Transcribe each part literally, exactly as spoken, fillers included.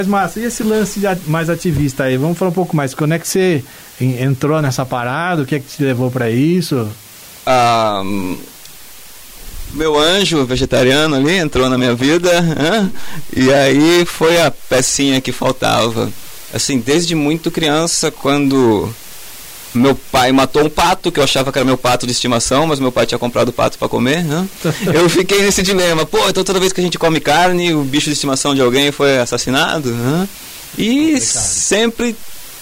Mas, Márcio, e esse lance de mais ativista aí? Vamos falar um pouco mais. Quando é que você entrou nessa parada? O que é que te levou para isso? Ah, meu anjo vegetariano ali entrou na minha vida, hein? E aí foi a pecinha que faltava. Assim, desde muito criança, quando meu pai matou um pato, que eu achava que era meu pato de estimação, mas meu pai tinha comprado o pato para comer, né? Eu fiquei nesse dilema. Pô, então toda vez que a gente come carne, o bicho de estimação de alguém foi assassinado, né? E sempre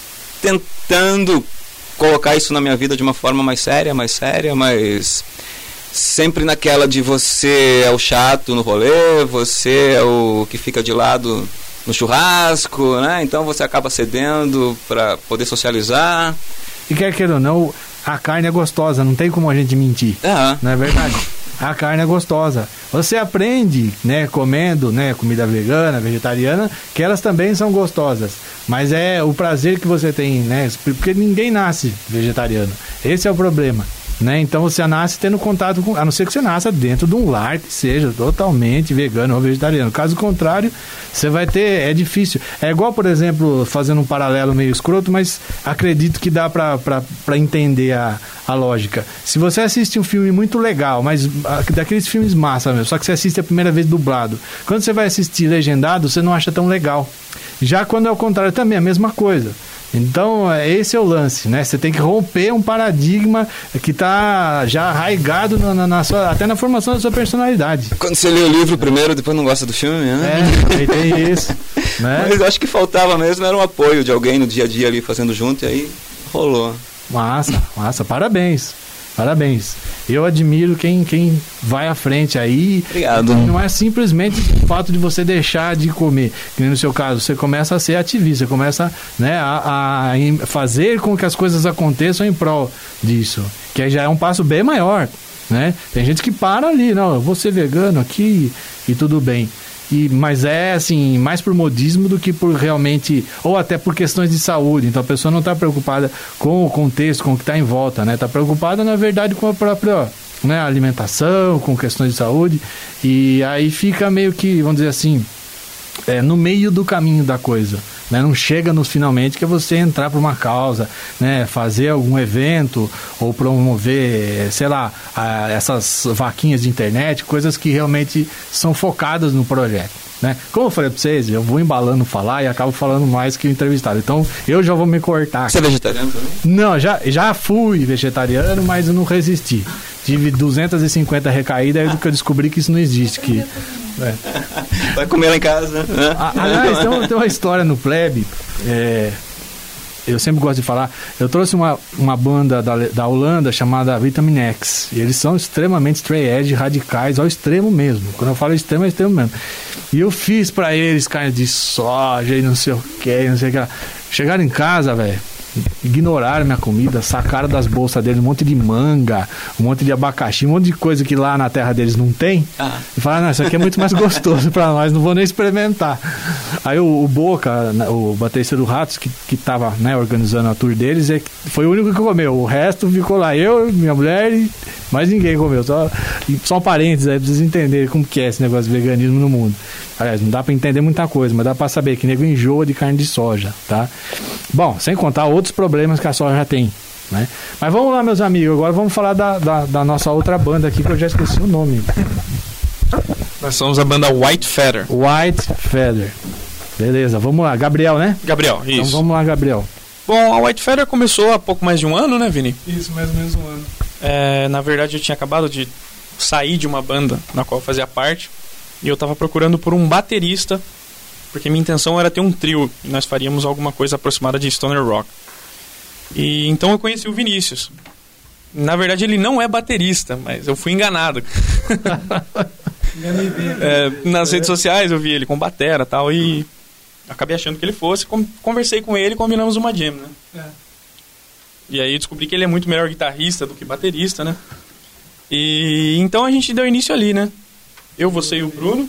tentando colocar isso na minha vida de uma forma mais séria, mais séria, mas sempre naquela de você é o chato no rolê, você é o que fica de lado no churrasco, né? Então você acaba cedendo para poder socializar. E quer queira ou não, a carne é gostosa, não tem como a gente mentir. Uhum. Não é verdade? A carne é gostosa. Você aprende, né, comendo, né, comida vegana, vegetariana, que elas também são gostosas. Mas é o prazer que você tem, né? Porque ninguém nasce vegetariano. Esse é o problema. Né? Então você nasce tendo contato com, a não ser que você nasça dentro de um lar que seja totalmente vegano ou vegetariano. Caso contrário, você vai ter, é difícil. É igual, por exemplo, fazendo um paralelo meio escroto, mas acredito que dá pra, pra, pra entender a, a lógica. Se você assiste um filme muito legal, mas daqueles filmes massa mesmo, só que você assiste a primeira vez dublado, quando você vai assistir legendado, você não acha tão legal. Já quando é o contrário, também é a mesma coisa. Então, esse é o lance, né? Você tem que romper um paradigma que está já arraigado na, na, na sua, até na formação da sua personalidade. Quando você lê o livro primeiro, depois não gosta do filme, né? É, tem isso. Né? Mas eu acho que faltava mesmo, era um apoio de alguém no dia a dia ali fazendo junto, e aí rolou. Massa, massa, parabéns. Parabéns. Eu admiro quem, quem vai à frente aí. Obrigado. Não é simplesmente o fato de você deixar de comer. Que nem no seu caso, você começa a ser ativista, você começa, né, a, a fazer com que as coisas aconteçam em prol disso. Que aí já é um passo bem maior, né? Tem gente que para ali, não, eu vou ser vegano aqui e tudo bem. E, mas é assim, mais por modismo do que por realmente, ou até por questões de saúde. Então a pessoa não está preocupada com o contexto, com o que está em volta, né? Está preocupada na verdade com a própria, né, alimentação, com questões de saúde. E aí fica meio que, vamos dizer assim, é, no meio do caminho da coisa, né? Não chega nos finalmente, que é você entrar por uma causa, né? Fazer algum evento ou promover, sei lá, a, essas vaquinhas de internet, coisas que realmente são focadas no projeto, né? Como eu falei para vocês, eu vou embalando falar e acabo falando mais que o entrevistado, então eu já vou me cortar. Você é vegetariano também? Não, já, já fui vegetariano, mas eu não resisti. Tive duzentas e cinquenta recaídas, aí que eu descobri que isso não existe, que... É. Vai comer lá em casa, né? Aliás, tem uma, tem uma história no Plebe, é, eu sempre gosto de falar. Eu trouxe uma, uma banda da, da Holanda chamada Vitamin X, e eles são extremamente straight edge, radicais ao extremo mesmo. Quando eu falo extremo, é extremo mesmo. E eu fiz pra eles carne de soja e não sei o que, não sei o que. Chegaram em casa, velho, ignoraram minha comida, sacaram das bolsas deles um monte de manga, um monte de abacaxi, um monte de coisa que lá na terra deles não tem, ah. E falaram, não, isso aqui é muito mais gostoso pra nós, não vou nem experimentar. Aí o, o Boca, o baterista do Ratos, que, que tava, né, organizando a tour deles, é, foi o único que comeu, o resto ficou lá, eu, minha mulher e mais ninguém comeu, só, só um parênteses aí pra vocês entenderem como que é esse negócio de veganismo no mundo. Aliás, não dá pra entender muita coisa, mas dá pra saber que nego enjoa de carne de soja, tá? Bom, sem contar outros problemas que a soja tem, né? Mas vamos lá, meus amigos, agora vamos falar da, da, da nossa outra banda aqui, que eu já esqueci o nome. Nós somos a banda White Feather. White Feather. Beleza, vamos lá. Gabriel, né? Gabriel, isso. Então vamos lá, Gabriel. Bom, a White Feather começou há pouco mais de um ano, né, Vini? Isso, mais ou menos um ano. É, na verdade, eu tinha acabado de sair de uma banda na qual eu fazia parte, e eu tava procurando por um baterista, porque minha intenção era ter um trio, e nós faríamos alguma coisa aproximada de stoner rock. E então eu conheci o Vinícius. Na verdade, ele não é baterista, mas eu fui enganado. é, nas redes sociais eu vi ele com batera e tal, e acabei achando que ele fosse, conversei com ele e combinamos uma jam, né? É. E aí eu descobri que ele é muito melhor guitarrista do que baterista, né? E então a gente deu início ali, né? Eu, você e o Bruno.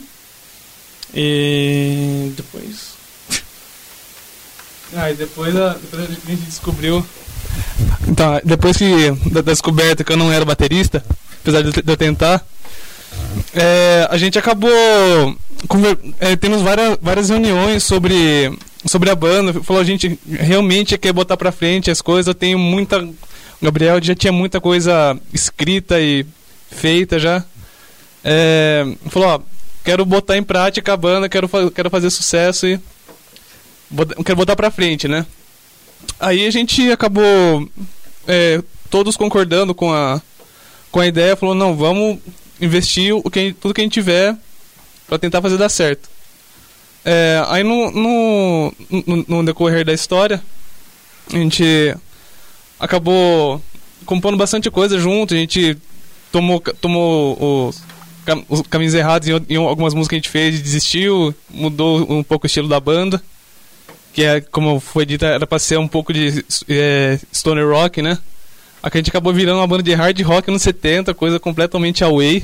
E depois... Ah, e depois a, depois a gente descobriu... Então, depois que da, da descoberta que eu não era baterista, apesar de eu tentar, é, a gente acabou conver- é, temos várias, várias reuniões sobre, sobre a banda. Falou, a gente realmente quer botar pra frente as coisas. Eu tenho muita... O Gabriel já tinha muita coisa escrita e feita já. É, falou, ó, quero botar em prática a banda, quero, fa- quero fazer sucesso e bot- quero botar pra frente, né? Aí a gente acabou é, todos concordando com a, com a ideia, falou, não, vamos investir o que, tudo que a gente tiver pra tentar fazer dar certo. É, aí no, no, no, no decorrer da história, a gente acabou compondo bastante coisa junto, a gente tomou, tomou os, os caminhos errados em, em algumas músicas que a gente fez, desistiu, mudou um pouco o estilo da banda, que é, como foi dito, era pra ser um pouco de é, stoner rock, né? Aqui a gente acabou virando uma banda de hard rock nos setenta, coisa completamente away.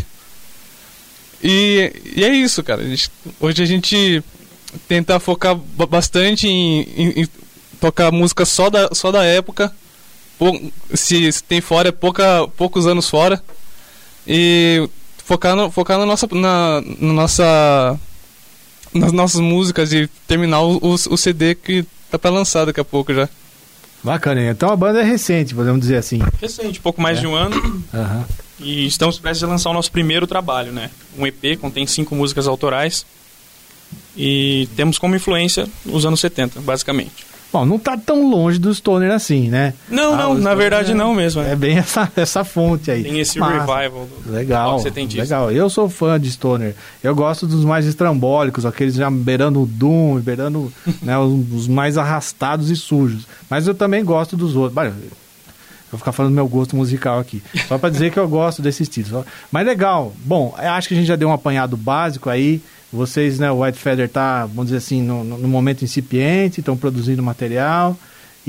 E, e é isso, cara. A gente, hoje a gente tenta focar ba- bastante em, em, em tocar música só da, só da época. Pou, se, se tem fora, é pouca, poucos anos fora. E focar, no, focar na, nossa, na, na nossa, nas nossas músicas e terminar o, o, o C D que tá pra lançar daqui a pouco já. Bacana, hein? Então a banda é recente, podemos dizer assim. Recente, pouco mais É. de um ano. Aham. E estamos prestes a lançar o nosso primeiro trabalho, né? Um E P, contém cinco músicas autorais. E temos como influência os anos setenta, basicamente. Bom, não tá tão longe do stoner assim, né? Não, Ah, não, o na stoner verdade é- não mesmo. É É. bem essa, essa fonte aí. Tem esse Massa. revival do Legal, rock setentista. legal. Eu sou fã de stoner. Eu gosto dos mais estrambólicos, aqueles já beirando o doom, beirando né, os, os mais arrastados e sujos. Mas eu também gosto dos outros. Bah, eu vou ficar falando do meu gosto musical aqui. Só pra dizer que eu gosto desse estilo. Só- Mas legal. Bom, eu acho que a gente já deu um apanhado básico aí. Vocês, né, o White Feather tá, vamos dizer assim, no, no no momento incipiente, estão produzindo material.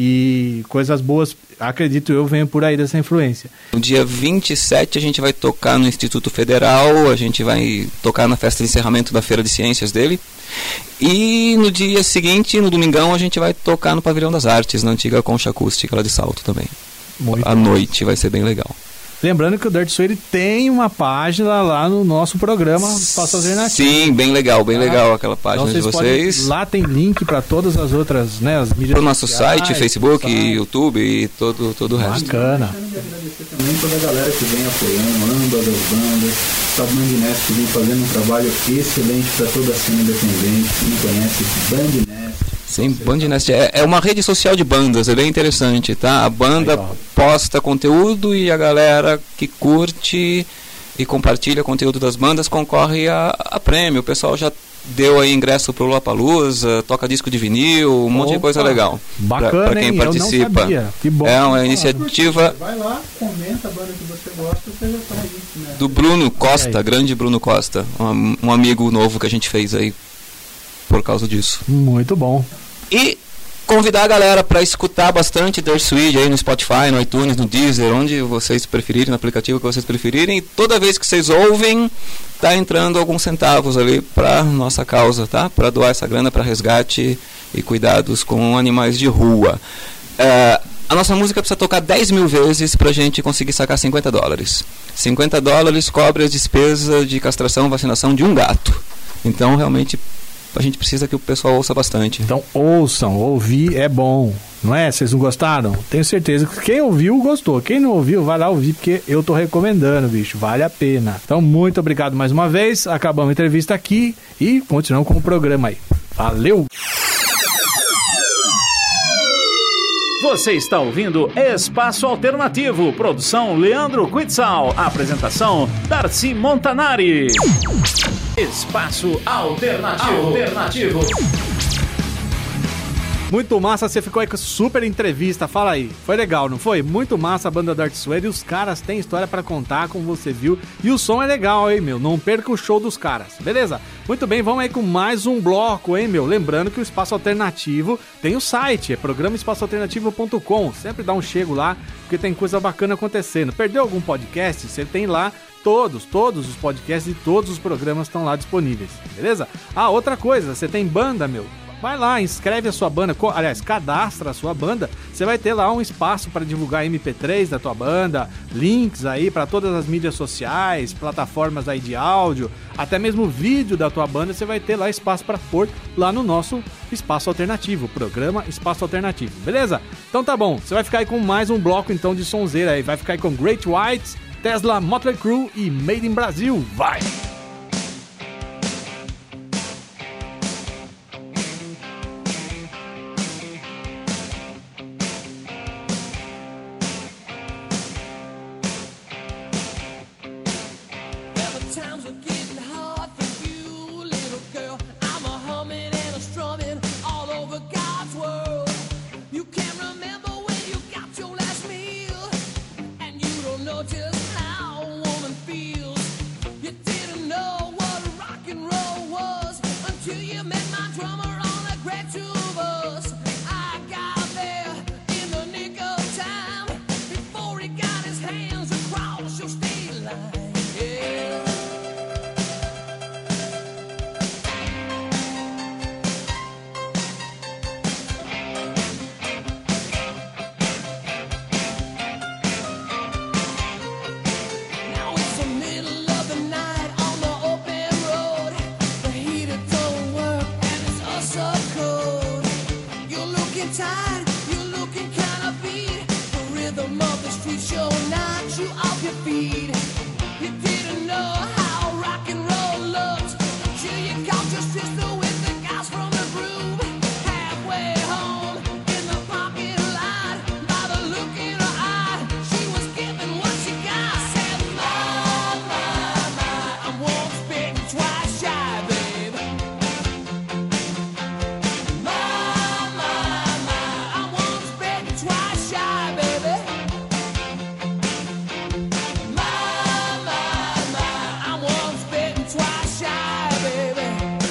E coisas boas, acredito eu, venham por aí dessa influência. No dia vinte e sete a gente vai tocar no Instituto Federal, a gente vai tocar na festa de encerramento da Feira de Ciências dele. E no dia seguinte, no domingão, a gente vai tocar no Pavilhão das Artes, na antiga Concha Acústica lá de Salto também. Muito À noite, vai ser bem legal. Lembrando que o Dirt Suede tem uma página lá no nosso programa Espaço Alternativo. Sim, bem legal, bem Ah, legal aquela página Então de podem- vocês. lá tem link para todas as outras, né, as mídias Pro nosso sociais, site, Facebook, site. YouTube e todo, todo o resto. Bacana. Quero agradecer também toda a galera que vem apoiando, ambas as bandas, sabe, Bandnest que vem fazendo um trabalho excelente para toda a cena independente. Quem não conhece, Bandnest. Sim, Bandnest é, é uma rede social de bandas, é bem interessante, tá? A banda Legal. posta conteúdo e a galera que curte e compartilha conteúdo das bandas concorre a, a prêmio. O pessoal já deu aí ingresso pro Lollapalooza, toca disco de vinil, um monte de Opa, coisa legal. Bacana, pra, pra quem hein? participa. Eu não sabia. Que bom. É uma iniciativa Vai lá, comenta a banda que você gosta, você já tá aí, né? do Bruno Costa, E aí? grande Bruno Costa, um, um amigo novo que a gente fez aí por causa disso. Muito bom. E convidar a galera para escutar bastante Dirt Suede aí no Spotify, no iTunes, no Deezer, onde vocês preferirem, no aplicativo que vocês preferirem. E toda vez que vocês ouvem, tá entrando alguns centavos ali para nossa causa, tá? Para doar essa grana para resgate e cuidados com animais de rua. É, a nossa música precisa tocar dez mil vezes pra gente conseguir sacar cinquenta dólares. cinquenta dólares cobre as despesas de castração, vacinação de um gato. Então, realmente, a gente precisa que o pessoal ouça bastante. Então ouçam, ouvir é bom, não é? Vocês não gostaram? Tenho certeza que quem ouviu gostou. Quem não ouviu, vai lá ouvir, porque eu tô recomendando, bicho. Vale a pena. Então, muito obrigado mais uma vez. Acabamos a entrevista aqui e continuamos com o programa aí. Valeu! Você está ouvindo Espaço Alternativo, produção Leandro Quitzal, apresentação Darcy Montanari. Espaço Alternativo. Alternativo. Muito massa, você ficou aí com super entrevista, fala aí. Foi legal, não foi? Muito massa a banda Dirt Suede e os caras têm história pra contar, como você viu. E o som é legal, hein, meu? Não perca o show dos caras, beleza? Muito bem, vamos aí com mais um bloco, hein, meu? Lembrando que o Espaço Alternativo tem o site, é programa espaço alternativo ponto com. Sempre dá um chego lá, porque tem coisa bacana acontecendo. Perdeu algum podcast? Você tem lá todos, todos os podcasts e todos os programas estão lá disponíveis, beleza? Ah, outra coisa, você tem banda, meu? Vai lá, inscreve a sua banda, co- aliás, cadastra a sua banda. Você vai ter lá um espaço para divulgar M P três da tua banda, links aí para todas as mídias sociais, plataformas aí de áudio, até mesmo vídeo da tua banda. Você vai ter lá espaço para pôr lá no nosso Espaço Alternativo, programa Espaço Alternativo, beleza? Então tá bom, você vai ficar aí com mais um bloco então de sonzeira aí. Vai ficar aí com Great Whites, Tesla, Motley Crue e Made in Brasil. Vai! Times are getting hard for you, little girl. I'm a humming and a strumming all over God's world. You can't remember when you got your last meal, and you don't know just how a woman feels. You didn't know what rock and roll was until you met my drummer on a great tour bus. I got there in the nick of time before he got his hands across your state line. Yeah. Tired, you're looking kinda beat. The rhythm of the street show knocks you off your feet. You didn't know how rock and roll looked until you caught your sister with the guys from the groove. Halfway home in the parking lot, by the look in her eye, she was giving what she got. Said, my, my, my, I'm once bitten, twice shy, babe. Twice shy, baby. My, my, my, I'm once bitten, twice shy, baby.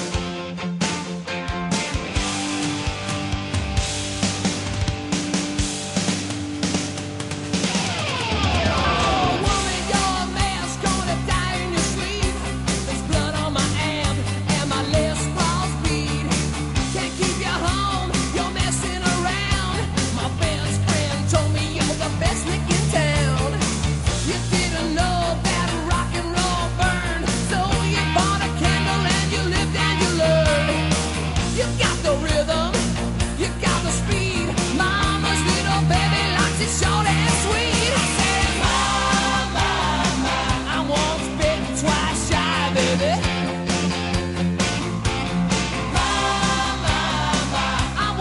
Oh, woman, you're a man's gonna die in your sleep. There's blood on my amp and my Les Paul's beat. Can't keep you home, you're messing around. My best friend told me you're the best lick in town. You didn't know that rock and roll burned, so you bought a candle and you lived and you learned. You got the rhythm, you got the speed. Mama's little baby likes it short and sweet. I said, my, my, my, I'm once bitten, twice shy, baby. My, my, my, I'm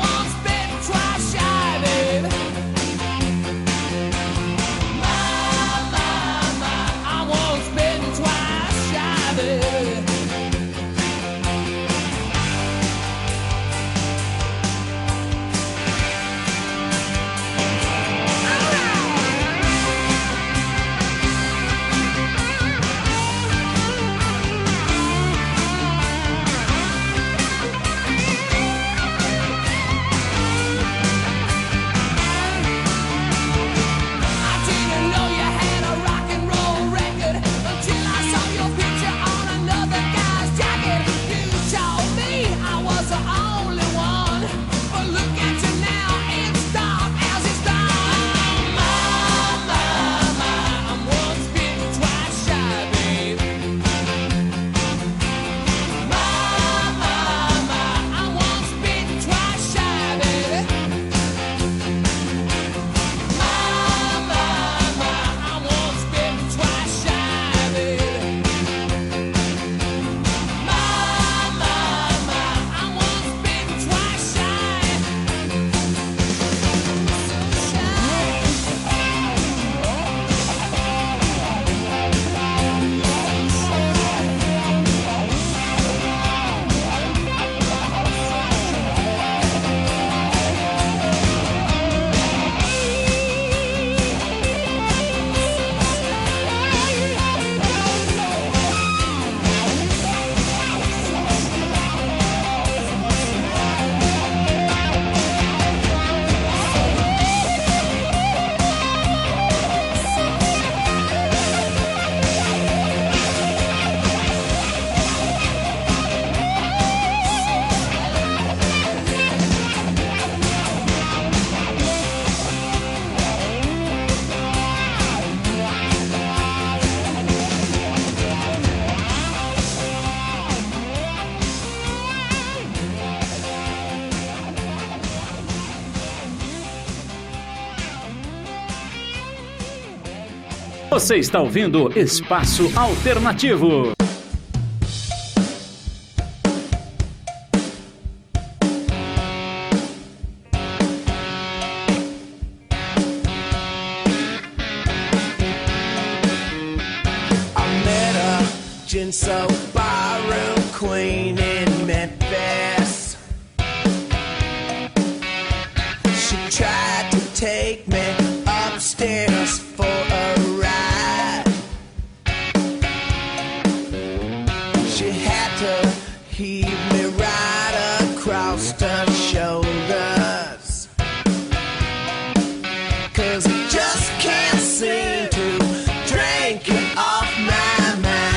Você está ouvindo Espaço Alternativo. So barroom queen in Memphis, she tried to take me upstairs for a ride. She had to heave me right across the shoulders, 'cause I just can't seem to drink it off my mind.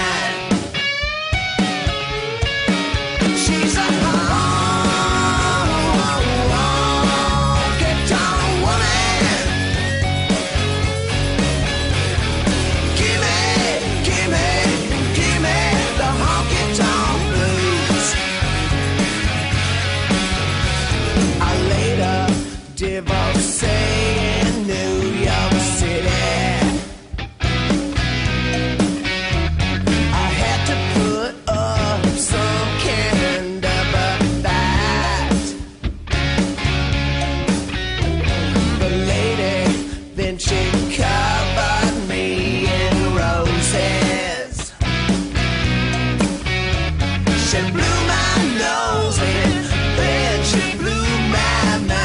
Divorcee in New York City, I had to put up some kind of a fight. The lady, then she covered me in roses. She blew my nose and then she blew my mind.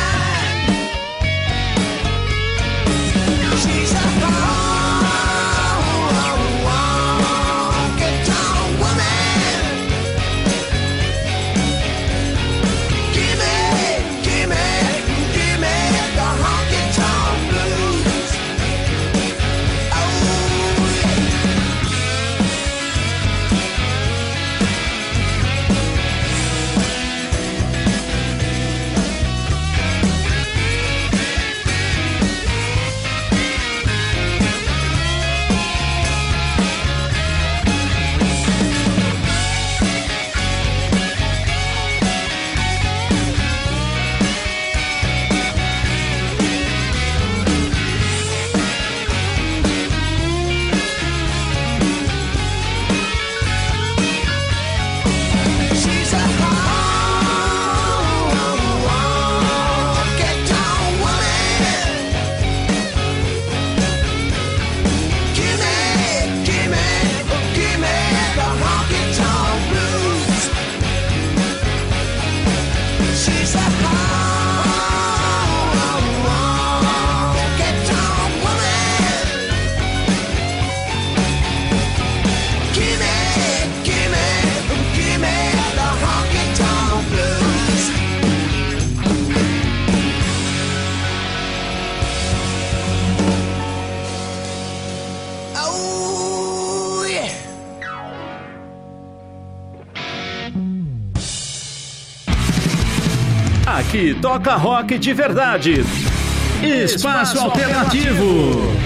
Aqui toca rock de verdade. Espaço Alternativo.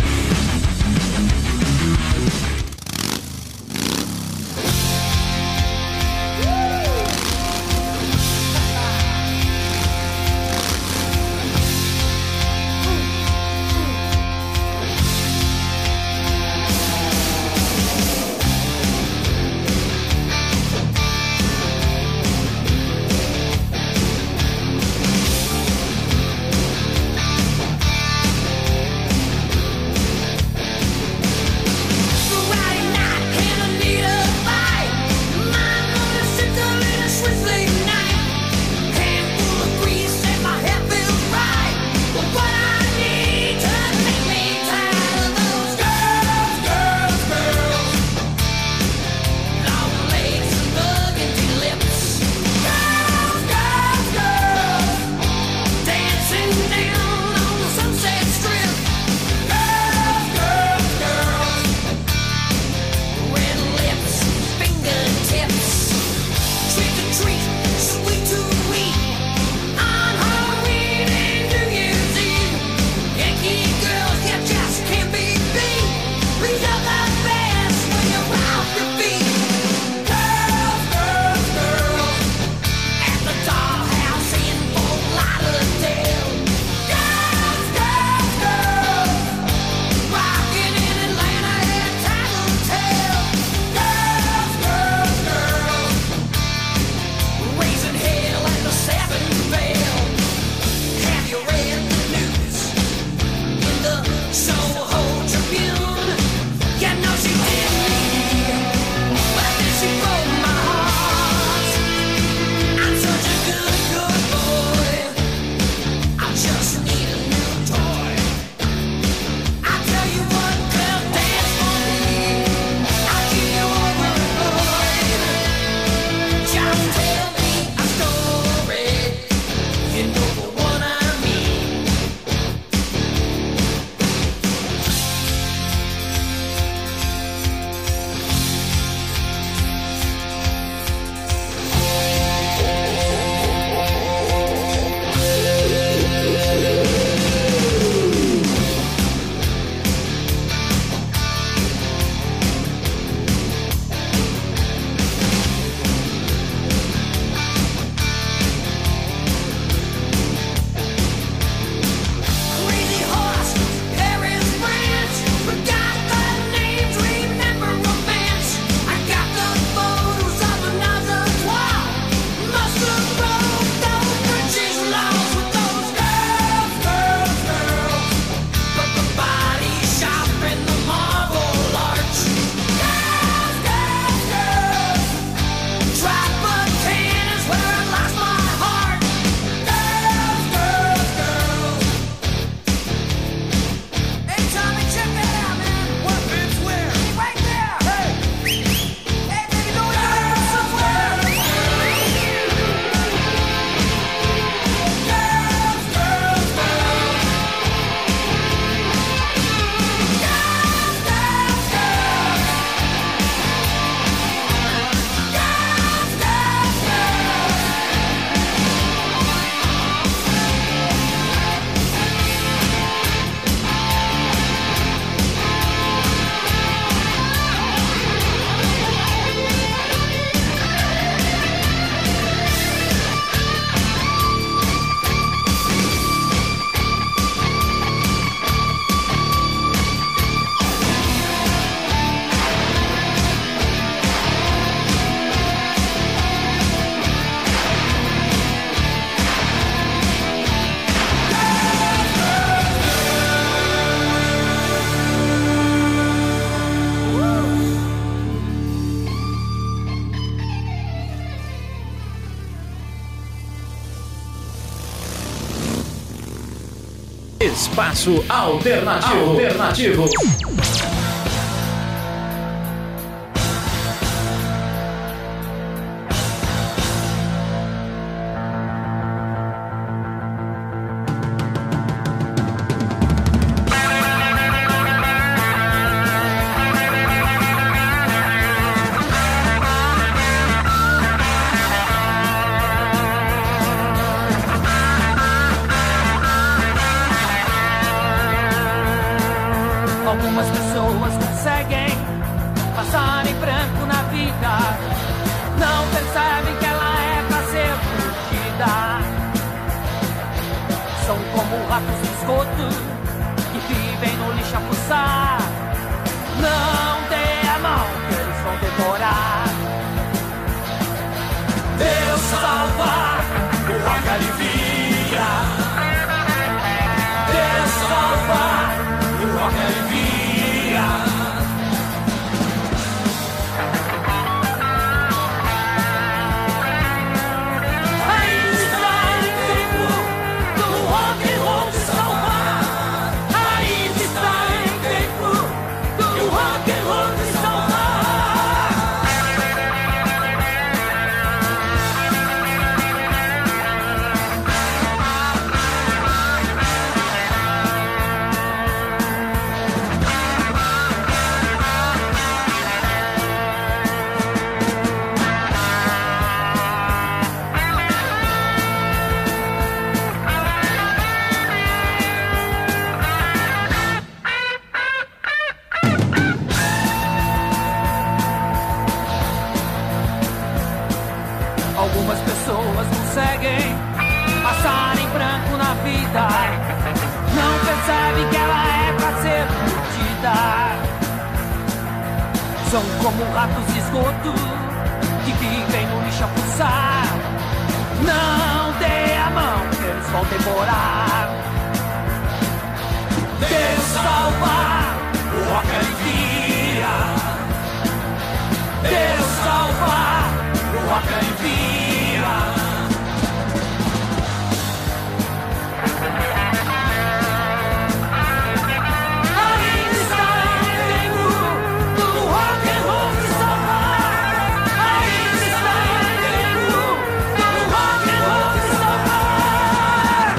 Espaço Alternativo. Alternativo. Algumas pessoas conseguem passar em branco na vida, não percebem que ela é pra ser curtida. São como ratos de esgoto que vivem no lixo a pulsar. Não dê a mão que eles vão devorar. Deus salva, o rock alivia. Deus salva, o rock alivia. Ainda está em tempo do rock and roll te salvar. Ainda está em tempo do rock and roll te salvar. Algumas pessoas conseguem passar em branco na vida, não percebem que ela é pra ser curtida. São como ratos de esgoto que vivem no lixo a pulsar. Não dê a mão que eles vão devorar. Deus salva, o rock alivia. Deus salva, o rock alivia. Ainda está em tempo do rock and roll te salvar. Ainda está em tempo do rock and roll te salvar.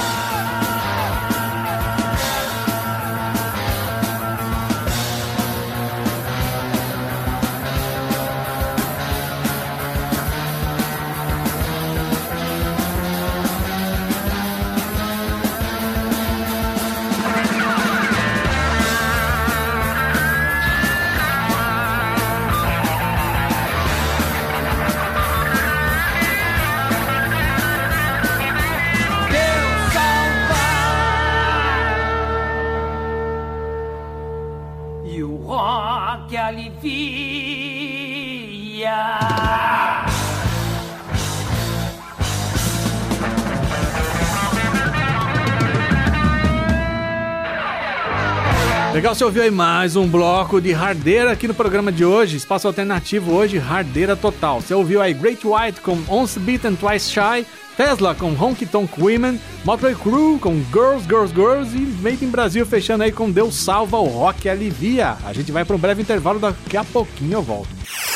Deus salva e o rock alivia. Legal, você ouviu aí mais um bloco de hardeira aqui no programa de hoje, Espaço Alternativo hoje, hardeira total. Você ouviu aí Great White com Once Beaten Twice Shy, Tesla com Honky Tonk Women, Motley Crue com Girls, Girls, Girls e Made in Brasil fechando aí com Deus Salva, o Rock Alivia. A gente vai para um breve intervalo, daqui a pouquinho eu volto.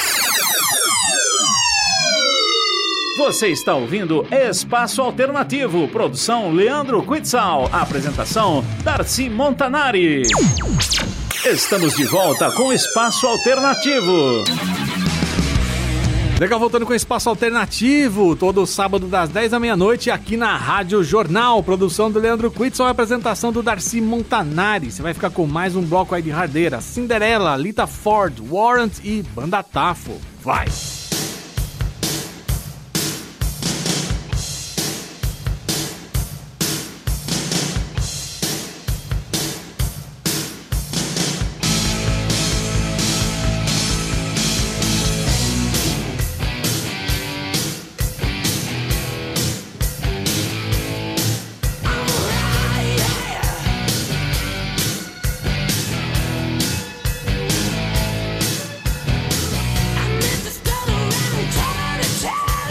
Você está ouvindo Espaço Alternativo, produção Leandro Quitzal, apresentação Darcy Montanari. Estamos de volta com Espaço Alternativo. Legal, voltando com o Espaço Alternativo, todo sábado das dez à meia-noite aqui na Rádio Jornal, produção do Leandro Quitzal e apresentação do Darcy Montanari. Você vai ficar com mais um bloco aí de hardeira, Cinderela, Lita Ford, Warrant e Banda Tafo. Vai!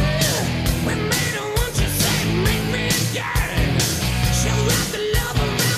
She'll wrap the love around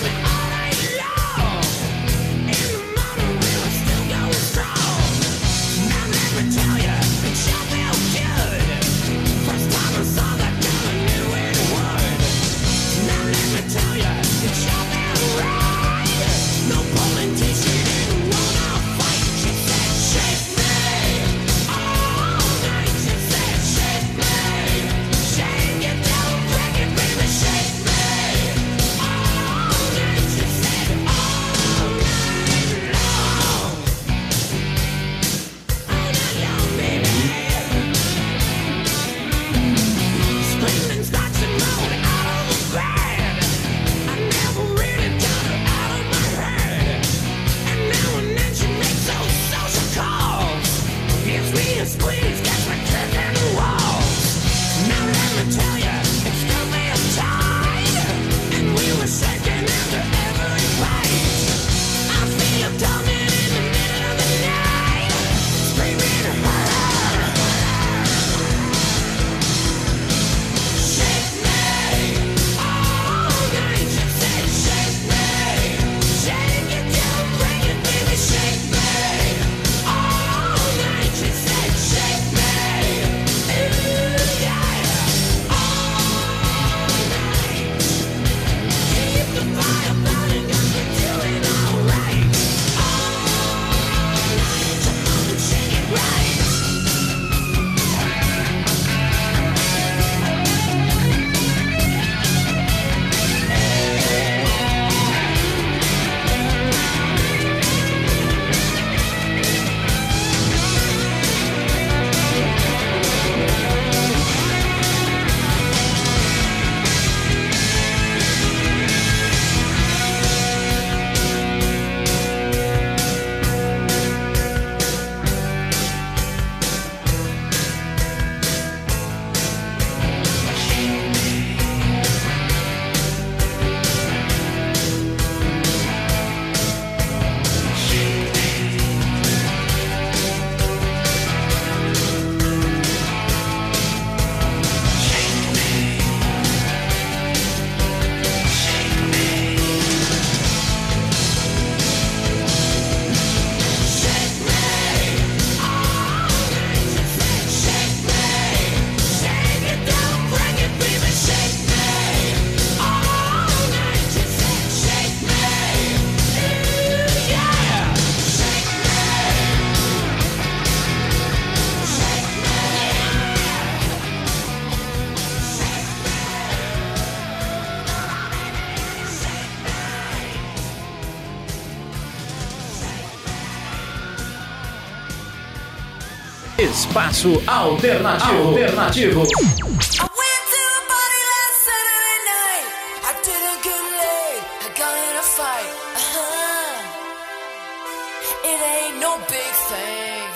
Espaço Alternativo. Alternativo. I went to a party last Saturday night. I didn't get laid. I got in a fight. Uh-huh. It ain't no big thing.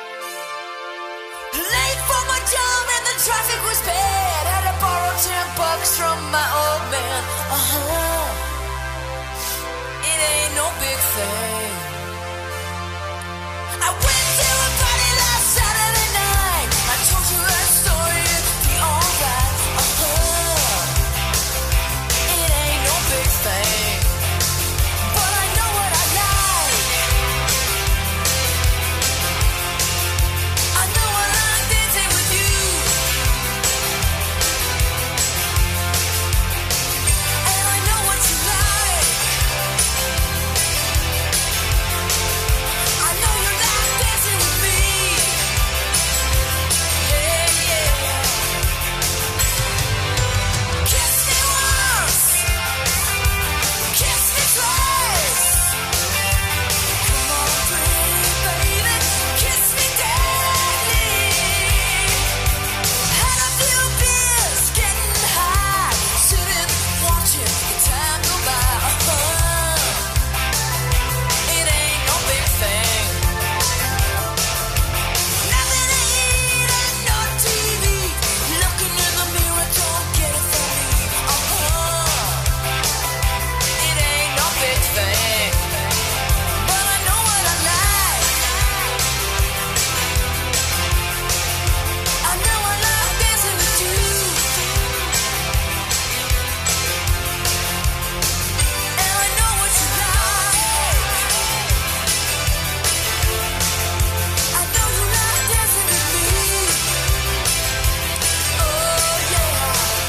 Late for my job and the traffic was bad. Had to borrow ten bucks from my old man. Uh-huh. It ain't no big thing. I went to a party last Saturday night. I told you that story, it'd be alright. Uh-huh. It ain't no big thing, but I know what I like. I know what I like dancing with you, and I know what you like. I know you like dancing with me. Yeah, yeah. Kiss me once, kiss me twice. Come on, pretty baby, kiss me deadly. Had a few beers, getting high, sitting watching the time go by. Uh-huh. It ain't no big thing. Nothing to eat and no T V. Looking in the mirror, don't get it from me. Uh-huh. It ain't no big thing, but I know what I like. I know I like dancing with you, and I know what you like. I know you like dancing with me. Oh yeah.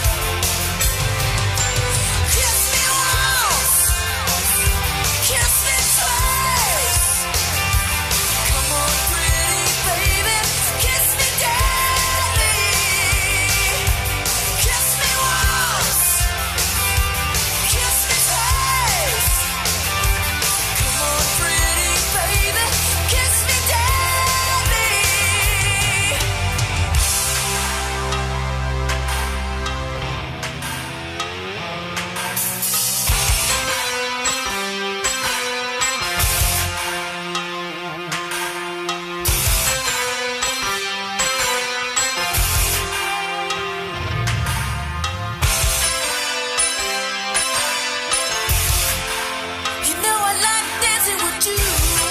Kiss me once, kiss me twice. Come on, pretty baby, kiss me deadly. Kiss me once, kiss me twice. Come on, pretty baby, kiss me deadly. You know I like dancing with you,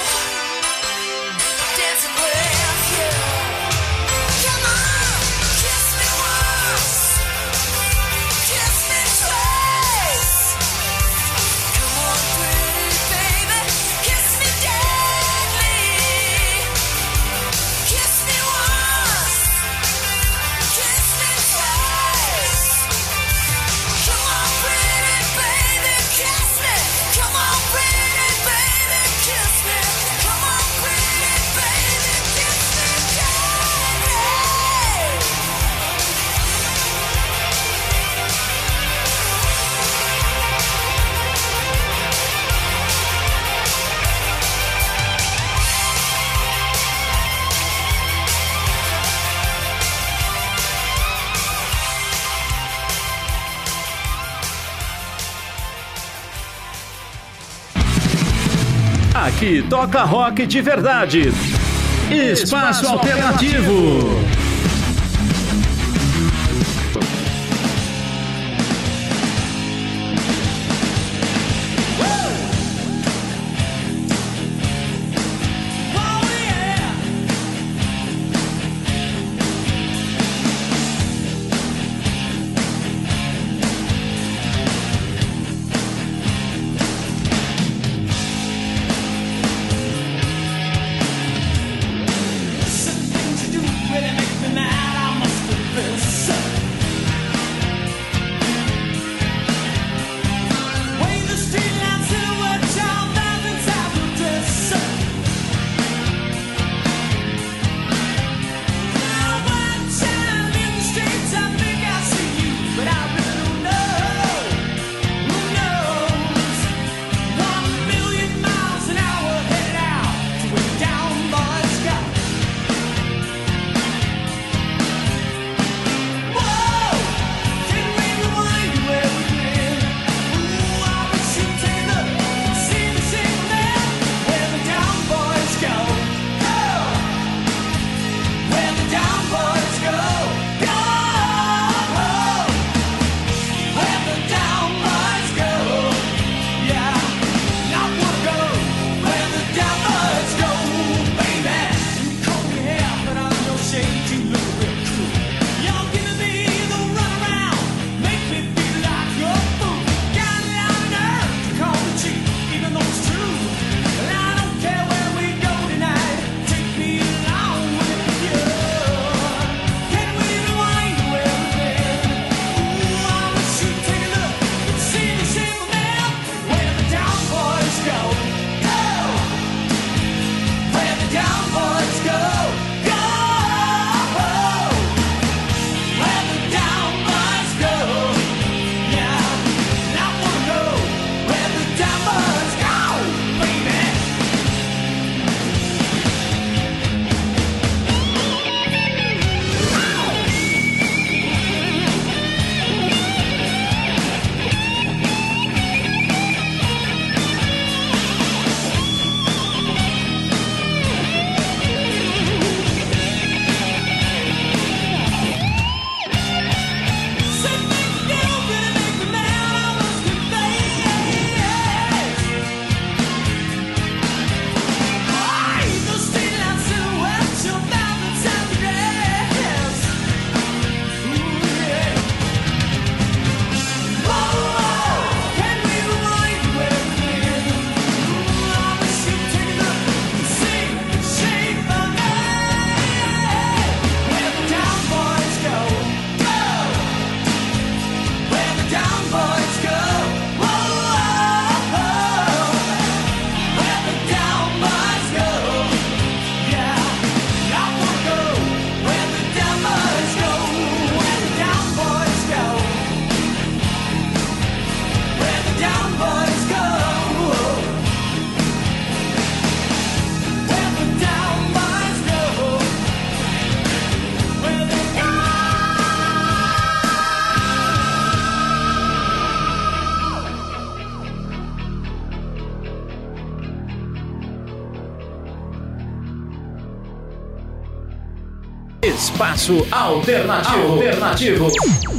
dancing with you. Come on, kiss me once, kiss me twice. Come on, pretty baby, kiss me deadly. Kiss me once, kiss me twice. Come on, pretty baby, kiss me. Come on, pretty baby, kiss me. Come on, pretty baby, kiss me deadly. Aqui toca rock de verdade. Espaço Alternativo. Something to do when I make Espaço Alternativo. Alternativo.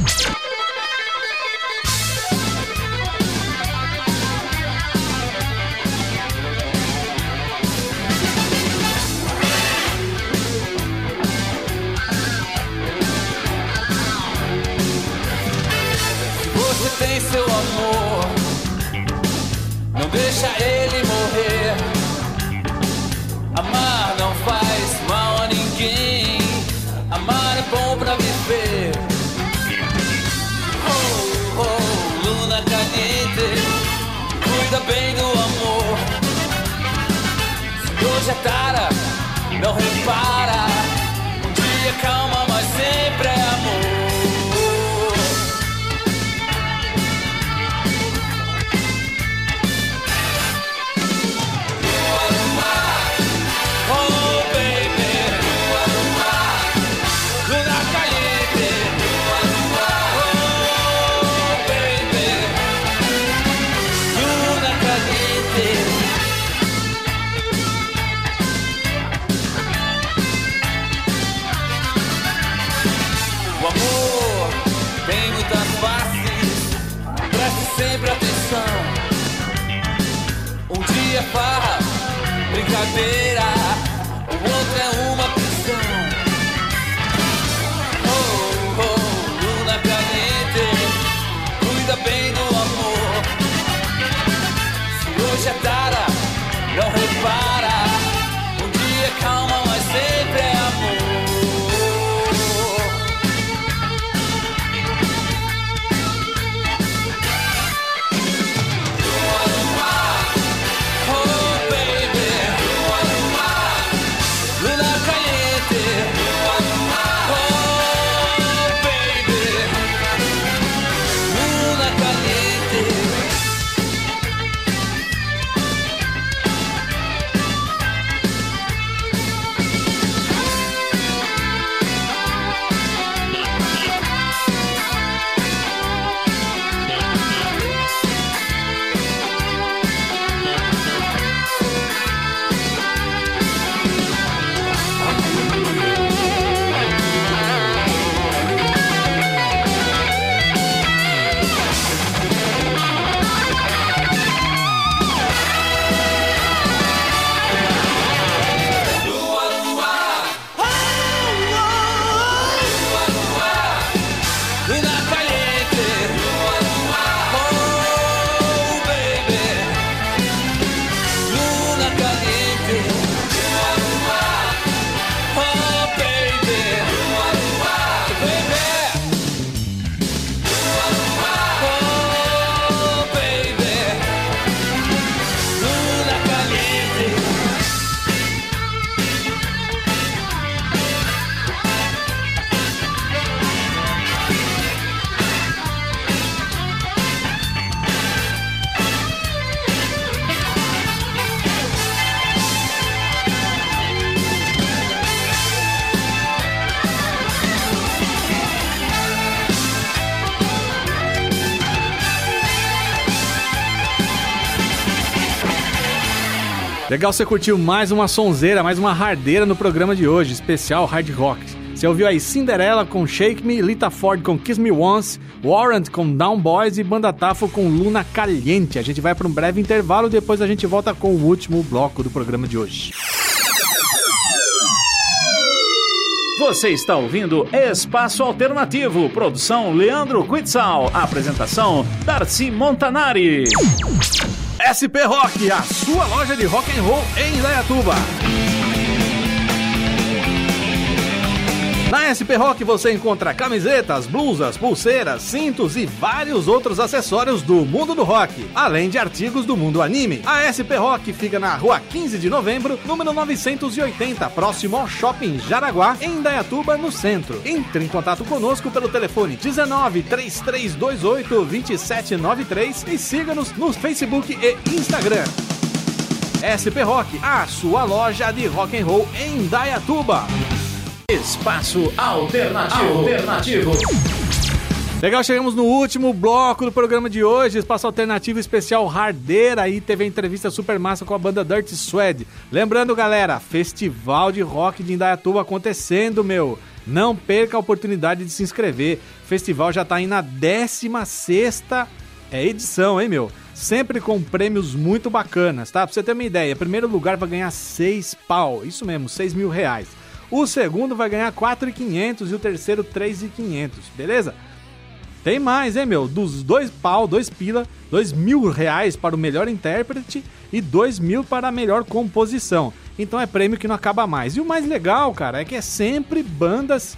Você tem seu amor, não deixa ele morrer. Amar não faz mal a ninguém, amar é bom pra viver. Oh, oh, luna caliente, cuida bem do amor. Se hoje é tara, não repara, um dia calma, mas sempre é amor. Sempre atenção. Um dia farra, brincadeira, o outro é uma prisão. Oh, oh, luna caliente, cuida bem do amor. Se hoje é tara, não repara, um dia calma, mas sempre é amor. Legal, você curtiu mais uma sonzeira, mais uma hardeira no programa de hoje, especial Hard Rock. Você ouviu aí Cinderella com Shake Me, Lita Ford com Kiss Me Once, Warrant com Down Boys e Banda Tafo com Luna Caliente. A gente vai para um breve intervalo, depois a gente volta com o último bloco do programa de hoje. Você está ouvindo Espaço Alternativo, produção Leandro Quitzal, apresentação Darcy Montanari. S P Rock, a sua loja de rock and roll em Indaiatuba. Na S P Rock você encontra camisetas, blusas, pulseiras, cintos e vários outros acessórios do mundo do rock, além de artigos do mundo anime. A S P Rock fica na rua quinze de novembro, número novecentos e oitenta, próximo ao Shopping Jaraguá, em Indaiatuba, no centro. Entre em contato conosco pelo telefone dezenove, trinta e três vinte e oito, vinte e sete noventa e três e siga-nos no Facebook e Instagram. S P Rock, a sua loja de rock and roll em Indaiatuba. Espaço Alternativo. Alternativo. Legal, chegamos no último bloco do programa de hoje, Espaço Alternativo especial Hardeira, aí teve a entrevista super massa com a banda Dirty Swed. Lembrando, galera, festival de rock de Indaiatuba acontecendo, meu. Não perca a oportunidade de se inscrever. O festival já tá indo na décima sexta é, edição, hein, meu? Sempre com prêmios muito bacanas, tá? Pra você ter uma ideia, o primeiro lugar vai ganhar seis pau, isso mesmo, seis mil reais. O segundo vai ganhar quatro mil e quinhentos e o terceiro três mil e quinhentos, beleza? Tem mais, hein, meu? Dos dois pau, dois pila, dois mil reais para o melhor intérprete e dois mil para a melhor composição. Então é prêmio que não acaba mais. E o mais legal, cara, é que é sempre bandas...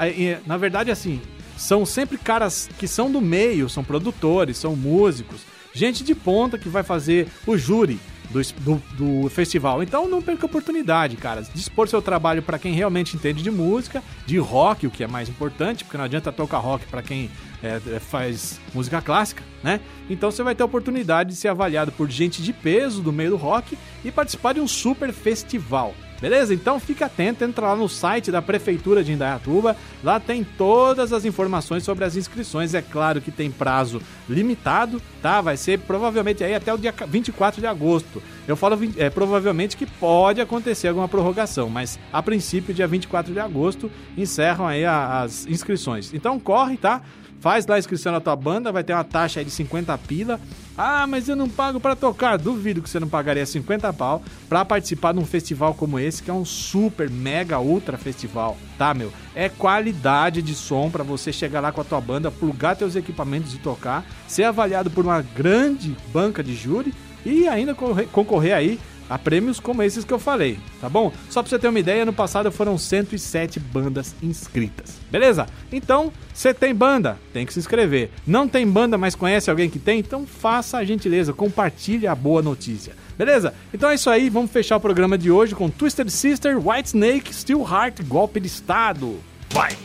Na verdade, assim, são sempre caras que são do meio, são produtores, são músicos, gente de ponta que vai fazer o júri do, do, do festival. Então não perca a oportunidade, cara. Dispor seu trabalho para quem realmente entende de música, de rock, o que é mais importante, porque não adianta tocar rock para quem é, faz música clássica, né? Então você vai ter a oportunidade de ser avaliado por gente de peso do meio do rock e participar de um super festival. Beleza? Então fica atento, entra lá no site da Prefeitura de Indaiatuba, lá tem todas as informações sobre as inscrições. É claro que tem prazo limitado, tá? Vai ser provavelmente aí até o dia vinte e quatro de agosto. Eu falo é, provavelmente que pode acontecer alguma prorrogação, mas a princípio, dia vinte e quatro de agosto, encerram aí a, as inscrições. Então corre, tá? Faz lá a inscrição na tua banda, vai ter uma taxa aí de cinquenta pila. Ah, mas eu não pago pra tocar. Duvido que você não pagaria cinquenta pau pra participar de um festival como esse, que é um super, mega, ultra festival, tá, meu? É qualidade de som pra você chegar lá com a tua banda, plugar teus equipamentos e tocar, ser avaliado por uma grande banca de júri e ainda correr, concorrer aí a prêmios como esses que eu falei, tá bom? Só pra você ter uma ideia, no passado foram cento e sete bandas inscritas, beleza? Então, você tem banda, tem que se inscrever. Não tem banda, mas conhece alguém que tem? Então faça a gentileza, compartilhe a boa notícia, beleza? Então é isso aí, vamos fechar o programa de hoje com Twisted Sister, Whitesnake, Steel Heart, Golpe de Estado. Vai!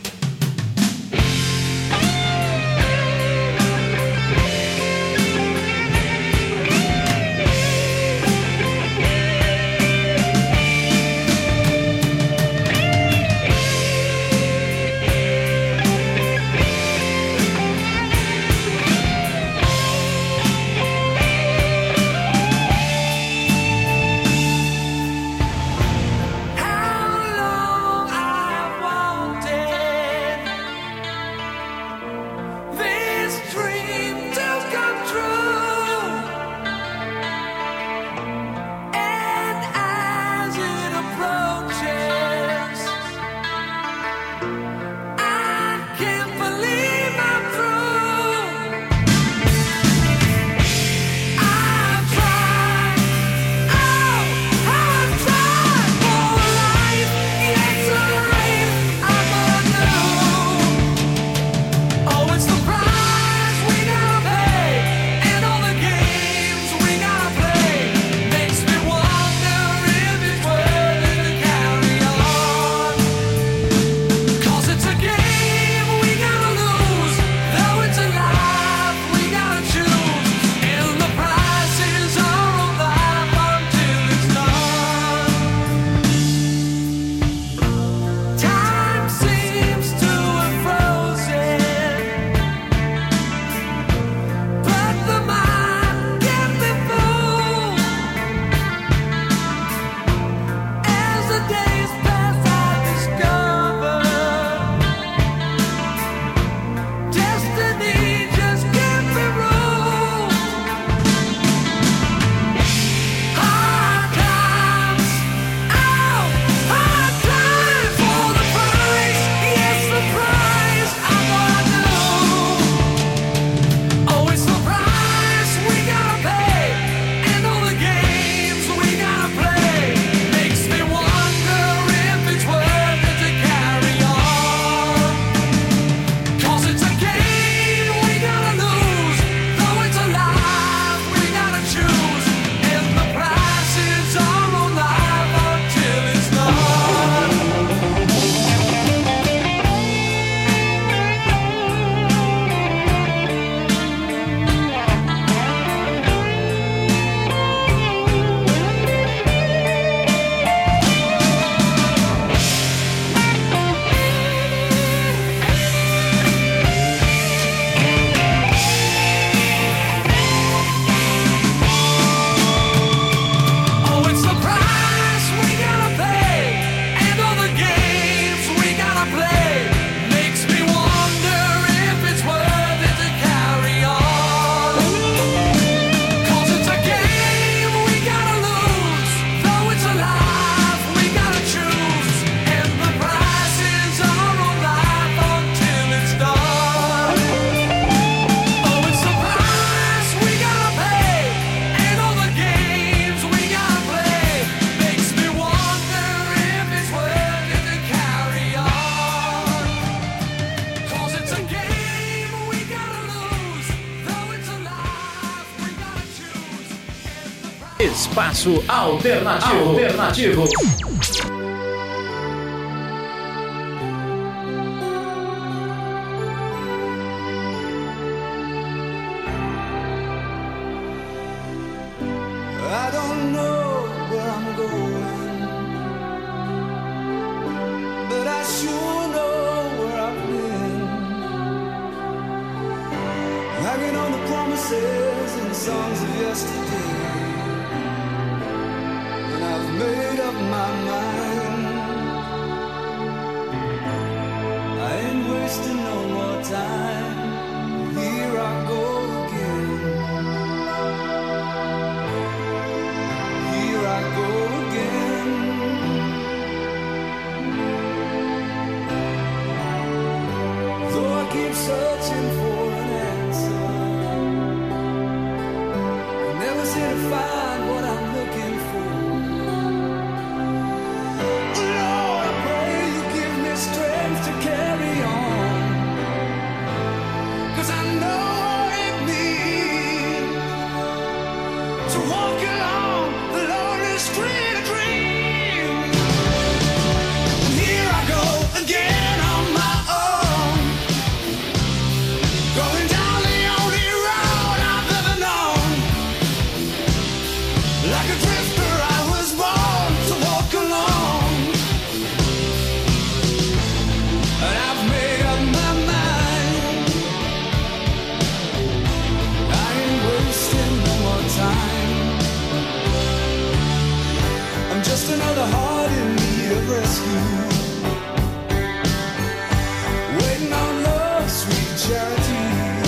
How long I wanted Espaço Alternativo. Alternativo. I don't know where I'm going, but I sure know where I've been. Hanging on the promises and songs of yesterday, and I've made up my mind. I ain't wasting no more time. Here I go again. Here I go again. Though I keep searching for an answer, I never seem to find what I'm looking for. Lord, I pray you give me strength to carry on, 'cause I know what it means to walk along the lonely street of dreams. And here I go again on my own, going down the only road I've ever known. Like a drifter I was born to walk along, and I've made up my mind. I ain't wasting no more time. I'm just another heart in need of rescue, waiting on love's sweet charity.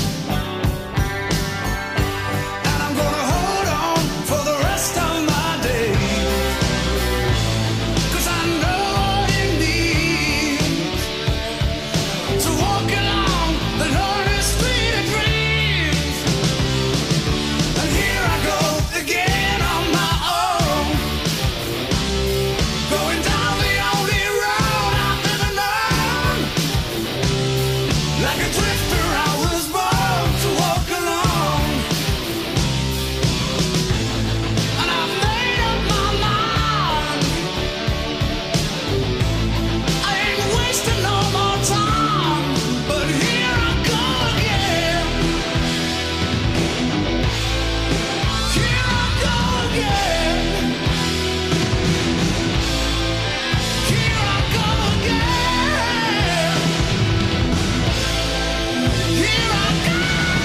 And I'm gonna hold on for the rest of my days, 'cause I know what it means to walk along the lonely street of dreams. And here I go again on my own, going down the only road I've ever known. Like a drifter I was born to walk along, and I've made up my mind. I ain't wasting no more time, but here I go again. Here I go again. Here I go again. Here I go.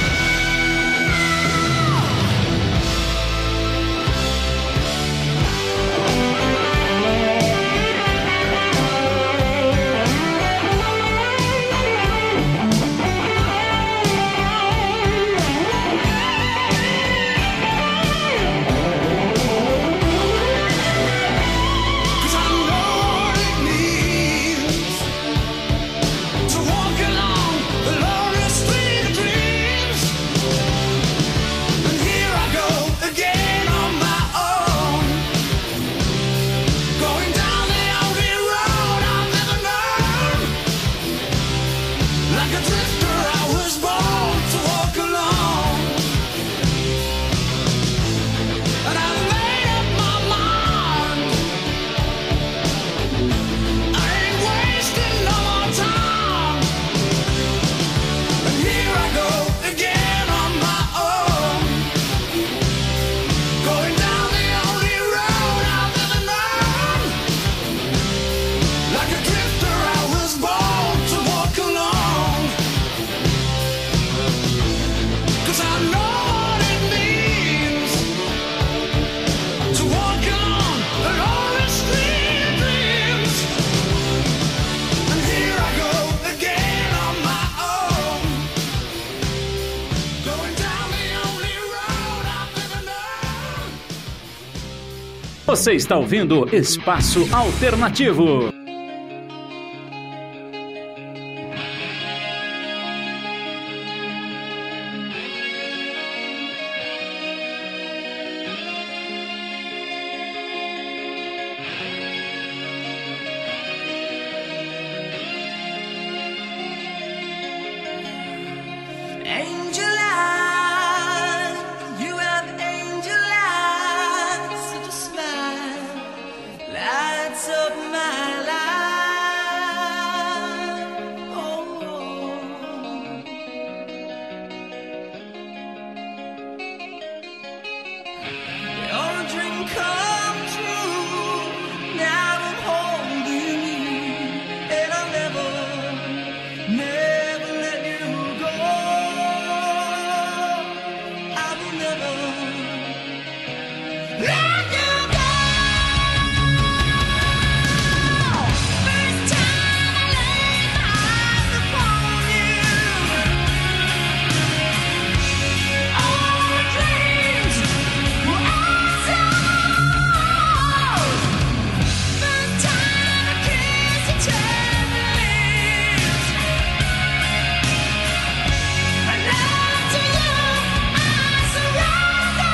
Cause I know what it means to walk along the lonely street of dreams. And here I go again on my own, going down the only road I've ever known. Like a drifter I was born to walk along, and I've made up my mind. I ain't wasting no more time. And here I go again on my own, going down the only road I've ever known. Like a drifter I was born to walk along, 'cause I know what it means to walk along the lonely street of dreams. And here I go again on my own, going down the only road I've ever known. Você está ouvindo Espaço Alternativo. Angel eyes, you have angel eyes. Your dream come true. Now I'm holding you, and I'll never, never let you go. I will never let you go. First time I laid my eyes upon you, all my dreams were answered. First time I kissed your tender lips, and now to you I surrender.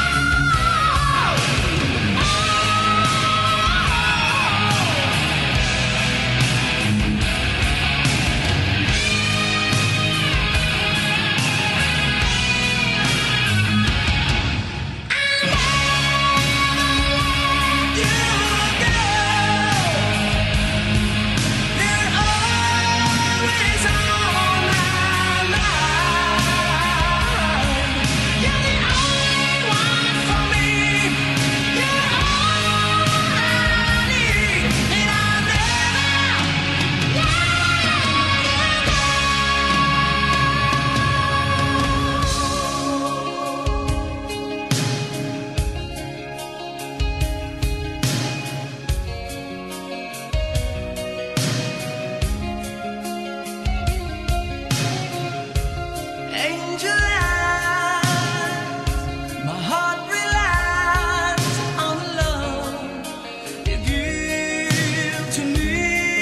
Angel eyes, my heart relies on the love you give to me.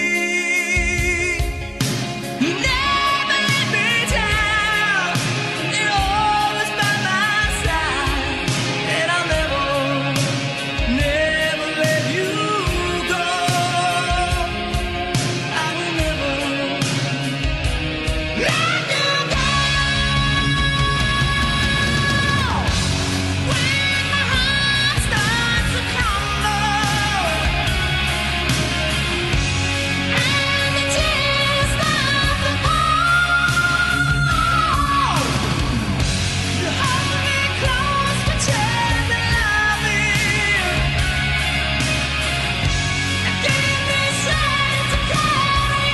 Never let me down, you're always by my side, and I'll never, never let you go. I will never let you go. When my heart starts to crumble and the tears start to fall, you hold me close, pretend to love me, and give me strength to carry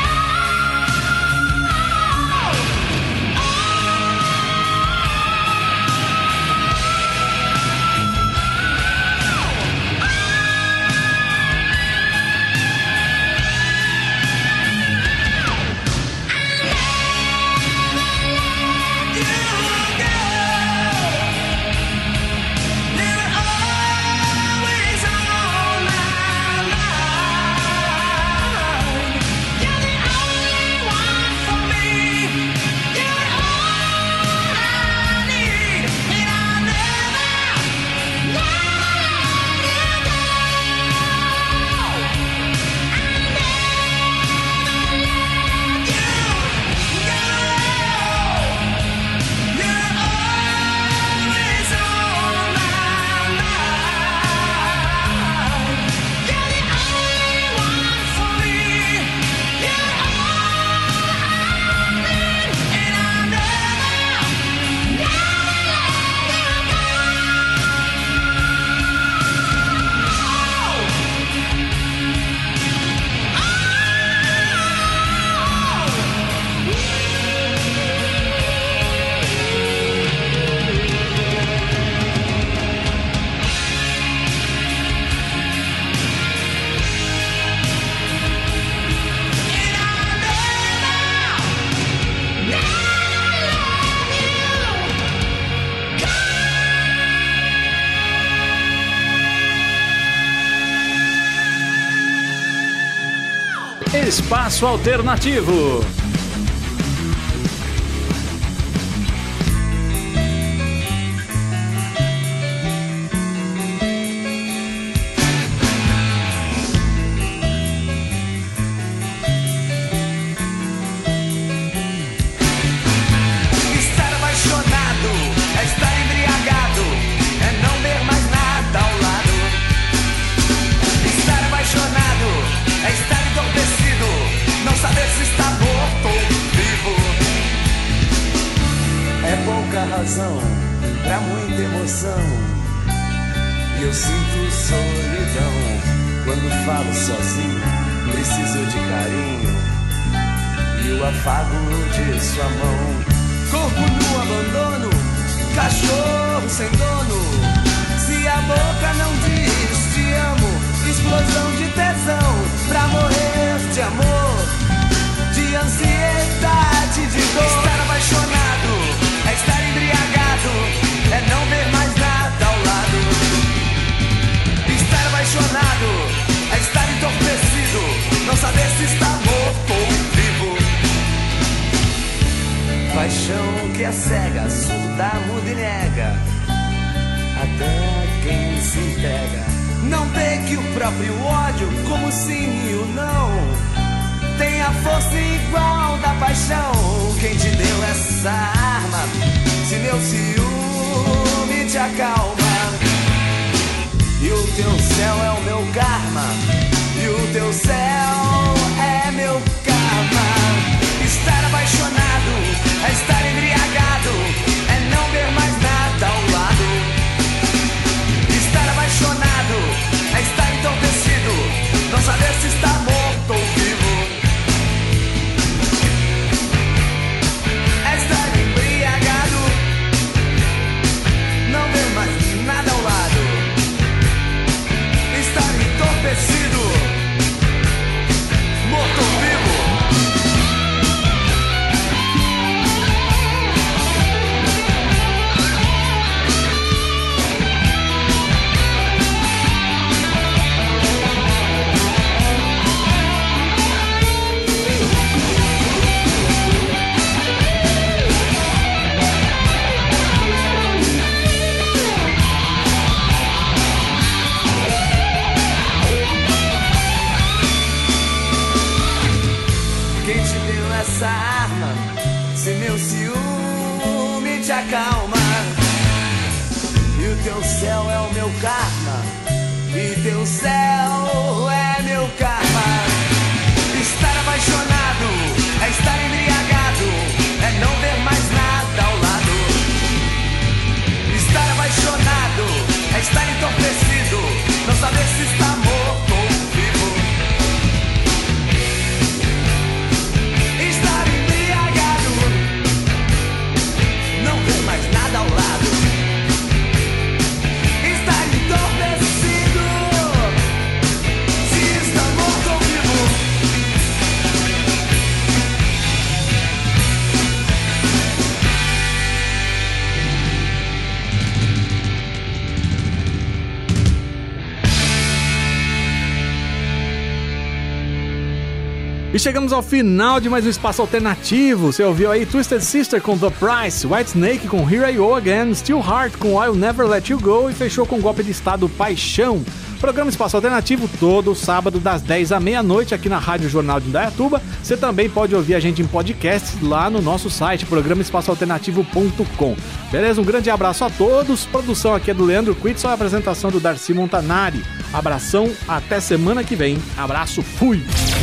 Espaço Alternativo. Estar apaixonado é estar embriagado, é não ver mais nada ao lado. Estar apaixonado é estar entorpecido, não saber se está morto E eu sinto solidão quando falo sozinho. Preciso de carinho e o afago de sua mão. Corpo no abandono, cachorro sem dono. Se a boca não diz te amo, explosão de tesão pra morrer de amor, de ansiedade, de dor. Estar apaixonado é estar embriagado, é não ver mais nada ao lado. Estar apaixonado é estar entorpecido, não saber se está morto ou vivo. Paixão que é cega, surda, muda e nega até quem se entrega. Não pegue o próprio ódio como sim e o não. Tem a força igual da paixão. Quem te deu essa arma? Se meu ciúme te acalma. E o teu céu é o meu karma. E o teu céu é meu karma. Estar apaixonado é estar embriagado, é não ver mais nada ao lado. Estar apaixonado é estar entorpecido, não saber se está morto ou vivo. É estar embriagado, não ver mais nada ao lado. Estar entorpecido, morto ou vivo. Essa arma, se meu ciúme te acalma. E o teu céu é o meu karma, e teu céu é meu karma. Estar apaixonado é estar embriagado, é não ver mais nada ao lado. Estar apaixonado é estar entorpecido, não saber se está morto ou vivo. Estar embriagado, não ver mais nada ao lado. Estar entorpecido, se está morto ou vivo. E chegamos ao final de mais um Espaço Alternativo. Você ouviu aí Twisted Sister com The Price, Whitesnake com Here I Go Again, Steelheart com I'll Never Let You Go e fechou com Golpe de Estado Paixão. Programa Espaço Alternativo todo sábado das dez à meia-noite aqui na Rádio Jornal de Indaiatuba. Você também pode ouvir a gente em podcast lá no nosso site, programa espaço alternativo ponto com. Beleza? Um grande abraço a todos. Produção aqui é do Leandro Quitz, a apresentação do Darcy Montanari. Abração, até semana que vem. Abraço, fui!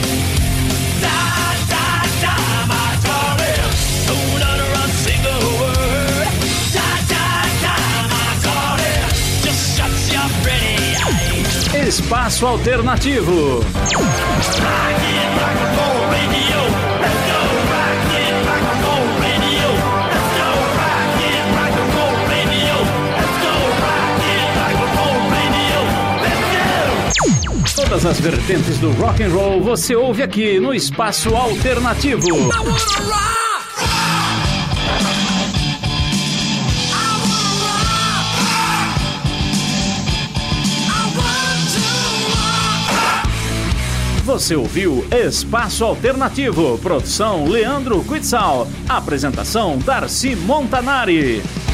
Espaço Alternativo. Todas as vertentes do rock and roll você ouve aqui no Espaço Alternativo. Você ouviu Espaço Alternativo, produção Leandro Quitzal, apresentação Darcy Montanari.